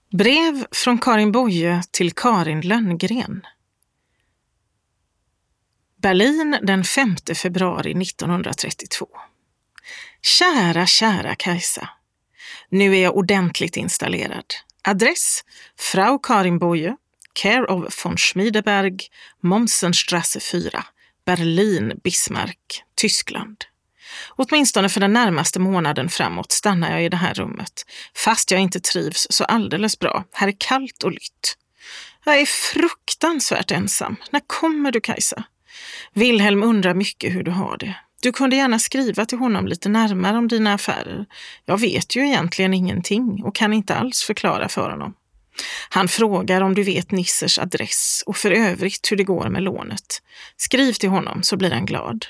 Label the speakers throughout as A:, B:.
A: Brev från Karin Boye till Karin Lönngren. Berlin den 5 februari 1932. Kära Kajsa. Nu är jag ordentligt installerad. Adress: Frau Karin Boye, care of von Schmiedeberg, Mommsenstrasse 4, Berlin, Bismarck, Tyskland. Åtminstone för den närmaste månaden framåt stannar jag i det här rummet, fast jag inte trivs så alldeles bra. Här är kallt och lytt. Jag är fruktansvärt ensam. När kommer du, Kajsa? Wilhelm undrar mycket hur du har det. Du kunde gärna skriva till honom lite närmare om dina affärer. Jag vet ju egentligen ingenting och kan inte alls förklara för honom. Han frågar om du vet Nissers adress och för övrigt hur det går med lånet. Skriv till honom så blir han glad.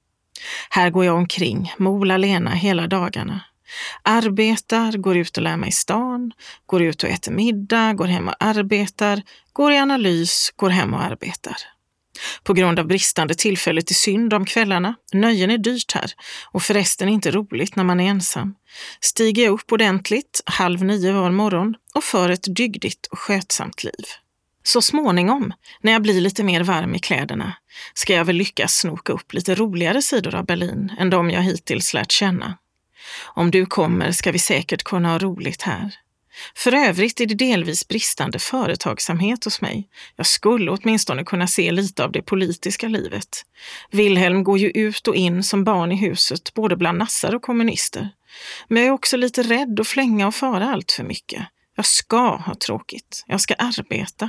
A: Här går jag omkring, mol alena hela dagarna. Arbetar, går ut och lär mig i stan, går ut och äter middag, går hem och arbetar, går i analys, går hem och arbetar. På grund av bristande tillfälle till synd om kvällarna, nöjen är dyrt här och förresten inte roligt när man är ensam, stiger jag upp ordentligt 8:30 var morgon och för ett dygdigt och skötsamt liv. Så småningom, när jag blir lite mer varm i kläderna, ska jag väl lyckas snoka upp lite roligare sidor av Berlin än de jag hittills lärt känna. Om du kommer ska vi säkert kunna ha roligt här. För övrigt är det delvis bristande företagsamhet hos mig. Jag skulle åtminstone kunna se lite av det politiska livet. Wilhelm går ju ut och in som barn i huset, både bland nassar och kommunister. Men jag är också lite rädd att flänga och fara allt för mycket. Jag ska ha tråkigt. Jag ska arbeta.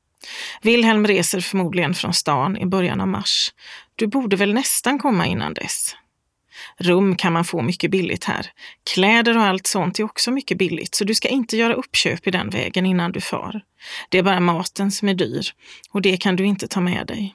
A: Wilhelm reser förmodligen från stan i början av mars. Du borde väl nästan komma innan dess. Rum kan man få mycket billigt här. Kläder och allt sånt är också mycket billigt, så du ska inte göra uppköp i den vägen innan du far. Det är bara maten som är dyr och det kan du inte ta med dig.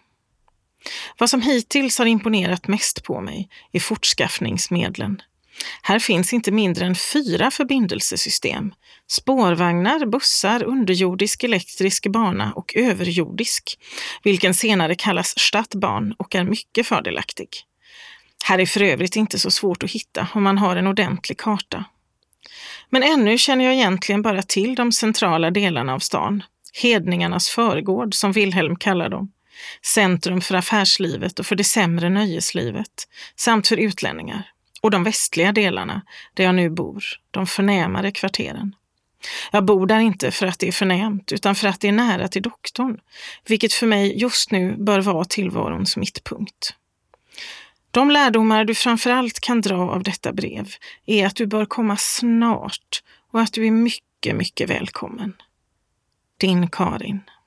A: Vad som hittills har imponerat mest på mig är fortskaffningsmedlen. Här finns inte mindre än 4 förbindelsesystem. Spårvagnar, bussar, underjordisk elektrisk bana och överjordisk, vilken senare kallas Stadtbahn och är mycket fördelaktig. Här är för övrigt inte så svårt att hitta om man har en ordentlig karta. Men ännu känner jag egentligen bara till de centrala delarna av stan. Hedningarnas förgård, som Wilhelm kallar dem. Centrum för affärslivet och för det sämre nöjeslivet, samt för utlänningar. Och de västliga delarna, där jag nu bor, de förnämare kvarteren. Jag bor där inte för att det är förnämt, utan för att det är nära till doktorn, vilket för mig just nu bör vara tillvarons mittpunkt. De lärdomar du framförallt kan dra av detta brev är att du bör komma snart och att du är mycket, mycket välkommen. Din Karin.